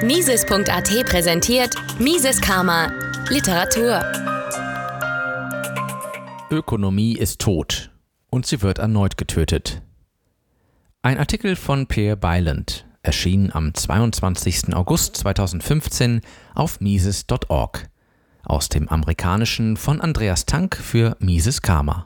Mises.at präsentiert Mises Karma Literatur. Ökonomie ist tot und sie wird erneut getötet. Ein Artikel von Pierre Byland erschien am 22. August 2015 auf Mises.org aus dem Amerikanischen von Andreas Tank für Mises Karma.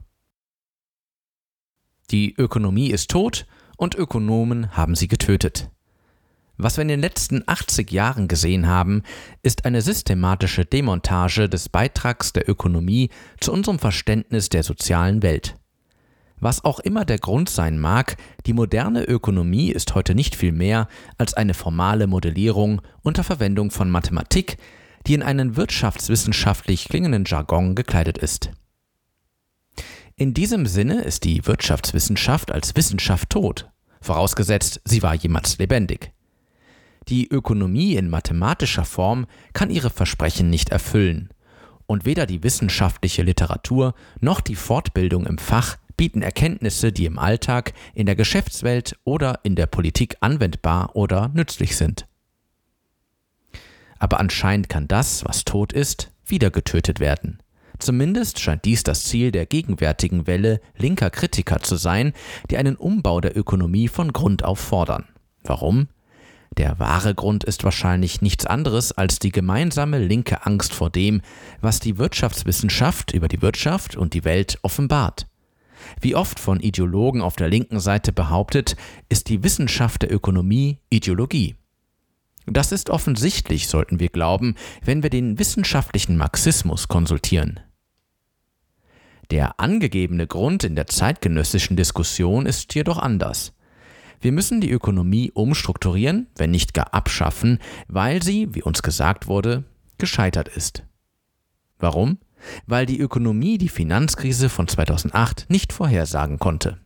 Die Ökonomie ist tot und Ökonomen haben sie getötet. Was wir in den letzten 80 Jahren gesehen haben, ist eine systematische Demontage des Beitrags der Ökonomie zu unserem Verständnis der sozialen Welt. Was auch immer der Grund sein mag, die moderne Ökonomie ist heute nicht viel mehr als eine formale Modellierung unter Verwendung von Mathematik, die in einen wirtschaftswissenschaftlich klingenden Jargon gekleidet ist. In diesem Sinne ist die Wirtschaftswissenschaft als Wissenschaft tot, vorausgesetzt, sie war jemals lebendig. Die Ökonomie in mathematischer Form kann ihre Versprechen nicht erfüllen. Und weder die wissenschaftliche Literatur noch die Fortbildung im Fach bieten Erkenntnisse, die im Alltag, in der Geschäftswelt oder in der Politik anwendbar oder nützlich sind. Aber anscheinend kann das, was tot ist, wieder getötet werden. Zumindest scheint dies das Ziel der gegenwärtigen Welle linker Kritiker zu sein, die einen Umbau der Ökonomie von Grund auf fordern. Warum? Der wahre Grund ist wahrscheinlich nichts anderes als die gemeinsame linke Angst vor dem, was die Wirtschaftswissenschaft über die Wirtschaft und die Welt offenbart. Wie oft von Ideologen auf der linken Seite behauptet, ist die Wissenschaft der Ökonomie Ideologie. Das ist offensichtlich, sollten wir glauben, wenn wir den wissenschaftlichen Marxismus konsultieren. Der angegebene Grund in der zeitgenössischen Diskussion ist jedoch anders. Wir müssen die Ökonomie umstrukturieren, wenn nicht gar abschaffen, weil sie, wie uns gesagt wurde, gescheitert ist. Warum? Weil die Ökonomie die Finanzkrise von 2008 nicht vorhersagen konnte.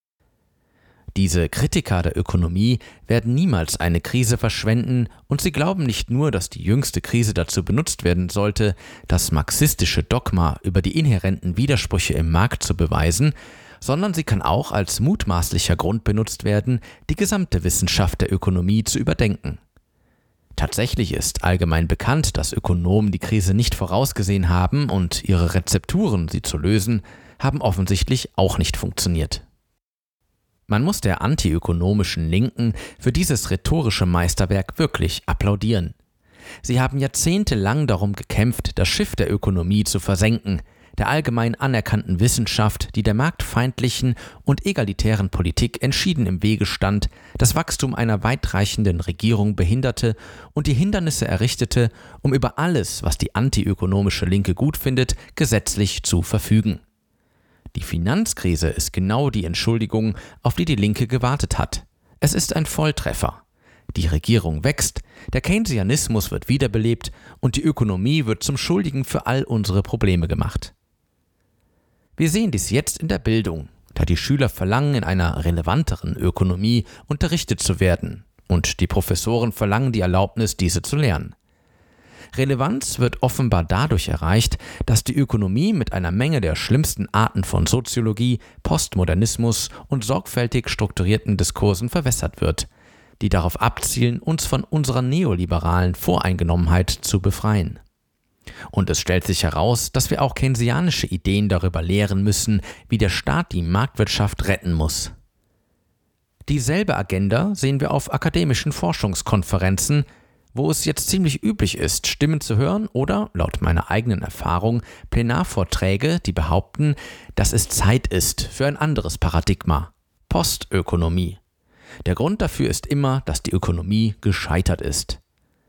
Diese Kritiker der Ökonomie werden niemals eine Krise verschwenden und sie glauben nicht nur, dass die jüngste Krise dazu benutzt werden sollte, das marxistische Dogma über die inhärenten Widersprüche im Markt zu beweisen, sondern sie kann auch als mutmaßlicher Grund benutzt werden, die gesamte Wissenschaft der Ökonomie zu überdenken. Tatsächlich ist allgemein bekannt, dass Ökonomen die Krise nicht vorausgesehen haben und ihre Rezepturen, sie zu lösen, haben offensichtlich auch nicht funktioniert. Man muss der antiökonomischen Linken für dieses rhetorische Meisterwerk wirklich applaudieren. Sie haben jahrzehntelang darum gekämpft, das Schiff der Ökonomie zu versenken, der allgemein anerkannten Wissenschaft, die der marktfeindlichen und egalitären Politik entschieden im Wege stand, das Wachstum einer weitreichenden Regierung behinderte und die Hindernisse errichtete, um über alles, was die antiökonomische Linke gut findet, gesetzlich zu verfügen. Die Finanzkrise ist genau die Entschuldigung, auf die die Linke gewartet hat. Es ist ein Volltreffer. Die Regierung wächst, der Keynesianismus wird wiederbelebt und die Ökonomie wird zum Schuldigen für all unsere Probleme gemacht. Wir sehen dies jetzt in der Bildung, da die Schüler verlangen, in einer relevanteren Ökonomie unterrichtet zu werden und die Professoren verlangen die Erlaubnis, diese zu lernen. Relevanz wird offenbar dadurch erreicht, dass die Ökonomie mit einer Menge der schlimmsten Arten von Soziologie, Postmodernismus und sorgfältig strukturierten Diskursen verwässert wird, die darauf abzielen, uns von unserer neoliberalen Voreingenommenheit zu befreien. Und es stellt sich heraus, dass wir auch keynesianische Ideen darüber lehren müssen, wie der Staat die Marktwirtschaft retten muss. Dieselbe Agenda sehen wir auf akademischen Forschungskonferenzen, wo es jetzt ziemlich üblich ist, Stimmen zu hören oder, laut meiner eigenen Erfahrung, Plenarvorträge, die behaupten, dass es Zeit ist für ein anderes Paradigma, Postökonomie. Der Grund dafür ist immer, dass die Ökonomie gescheitert ist.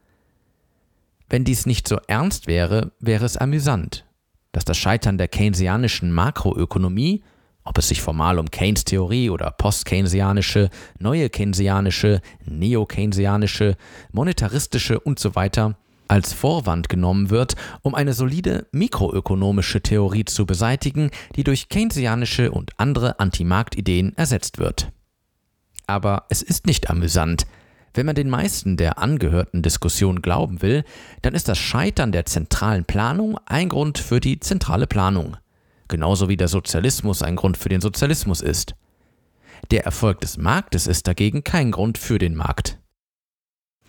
Wenn dies nicht so ernst wäre, wäre es amüsant, dass das Scheitern der keynesianischen Makroökonomie, ob es sich formal um Keynes Theorie oder post-keynesianische, neue keynesianische, neo-keynesianische, monetaristische usw. Als Vorwand genommen wird, um eine solide mikroökonomische Theorie zu beseitigen, die durch keynesianische und andere Antimarktideen ersetzt wird. Aber es ist nicht amüsant. Wenn man den meisten der angehörten Diskussionen glauben will, dann ist das Scheitern der zentralen Planung ein Grund für die zentrale Planung. Genauso wie der Sozialismus ein Grund für den Sozialismus ist. Der Erfolg des Marktes ist dagegen kein Grund für den Markt.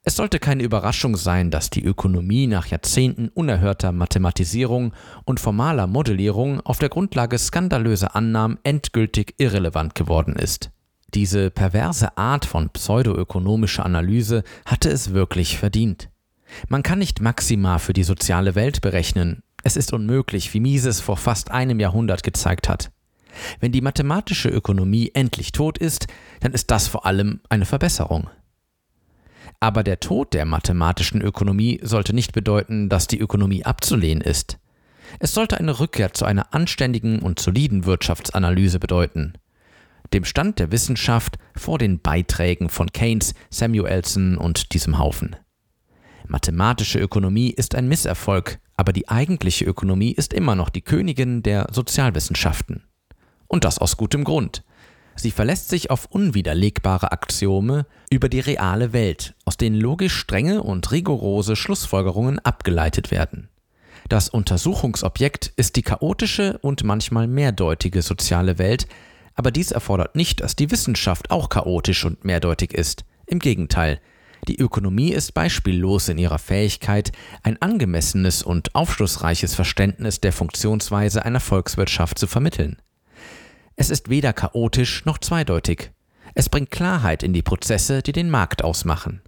Es sollte keine Überraschung sein, dass die Ökonomie nach Jahrzehnten unerhörter Mathematisierung und formaler Modellierung auf der Grundlage skandalöser Annahmen endgültig irrelevant geworden ist. Diese perverse Art von pseudoökonomischer Analyse hatte es wirklich verdient. Man kann nicht Maxima für die soziale Welt berechnen. Es ist unmöglich, wie Mises vor fast einem Jahrhundert gezeigt hat. Wenn die mathematische Ökonomie endlich tot ist, dann ist das vor allem eine Verbesserung. Aber der Tod der mathematischen Ökonomie sollte nicht bedeuten, dass die Ökonomie abzulehnen ist. Es sollte eine Rückkehr zu einer anständigen und soliden Wirtschaftsanalyse bedeuten. Dem Stand der Wissenschaft vor den Beiträgen von Keynes, Samuelson und diesem Haufen. Mathematische Ökonomie ist ein Misserfolg, aber die eigentliche Ökonomie ist immer noch die Königin der Sozialwissenschaften. Und das aus gutem Grund. Sie verlässt sich auf unwiderlegbare Axiome über die reale Welt, aus denen logisch strenge und rigorose Schlussfolgerungen abgeleitet werden. Das Untersuchungsobjekt ist die chaotische und manchmal mehrdeutige soziale Welt, aber dies erfordert nicht, dass die Wissenschaft auch chaotisch und mehrdeutig ist. Im Gegenteil, die Ökonomie ist beispiellos in ihrer Fähigkeit, ein angemessenes und aufschlussreiches Verständnis der Funktionsweise einer Volkswirtschaft zu vermitteln. Es ist weder chaotisch noch zweideutig. Es bringt Klarheit in die Prozesse, die den Markt ausmachen.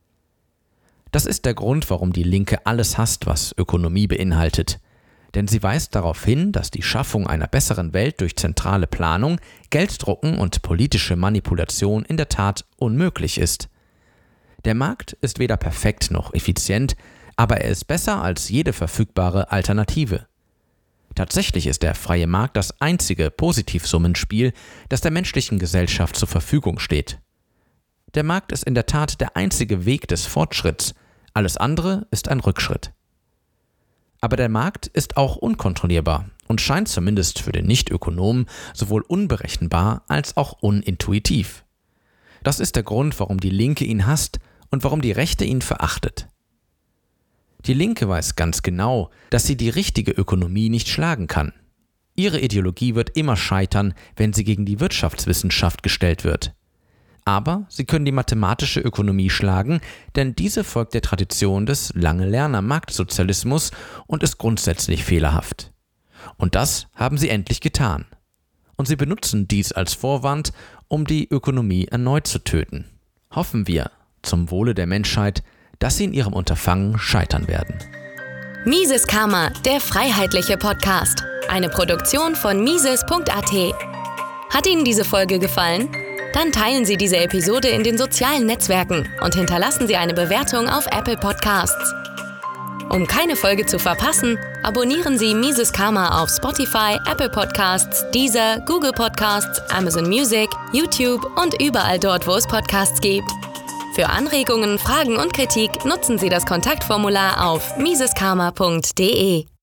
Das ist der Grund, warum die Linke alles hasst, was Ökonomie beinhaltet. Denn sie weist darauf hin, dass die Schaffung einer besseren Welt durch zentrale Planung, Gelddrucken und politische Manipulation in der Tat unmöglich ist. Der Markt ist weder perfekt noch effizient, aber er ist besser als jede verfügbare Alternative. Tatsächlich ist der freie Markt das einzige Positivsummenspiel, das der menschlichen Gesellschaft zur Verfügung steht. Der Markt ist in der Tat der einzige Weg des Fortschritts, alles andere ist ein Rückschritt. Aber der Markt ist auch unkontrollierbar und scheint zumindest für den Nicht-Ökonomen sowohl unberechenbar als auch unintuitiv. Das ist der Grund, warum die Linke ihn hasst und warum die Rechte ihn verachtet. Die Linke weiß ganz genau, dass sie die richtige Ökonomie nicht schlagen kann. Ihre Ideologie wird immer scheitern, wenn sie gegen die Wirtschaftswissenschaft gestellt wird. Aber sie können die mathematische Ökonomie schlagen, denn diese folgt der Tradition des Lange-Lerner-Marktsozialismus und ist grundsätzlich fehlerhaft. Und das haben sie endlich getan. Und sie benutzen dies als Vorwand, um die Ökonomie erneut zu töten. Hoffen wir, zum Wohle der Menschheit, dass sie in ihrem Unterfangen scheitern werden. Mises Karma, der freiheitliche Podcast. Eine Produktion von Mises.at. Hat Ihnen diese Folge gefallen? Dann teilen Sie diese Episode in den sozialen Netzwerken und hinterlassen Sie eine Bewertung auf Apple Podcasts. Um keine Folge zu verpassen, abonnieren Sie Mises Karma auf Spotify, Apple Podcasts, Deezer, Google Podcasts, Amazon Music, YouTube und überall dort, wo es Podcasts gibt. Für Anregungen, Fragen und Kritik nutzen Sie das Kontaktformular auf miseskarma.de.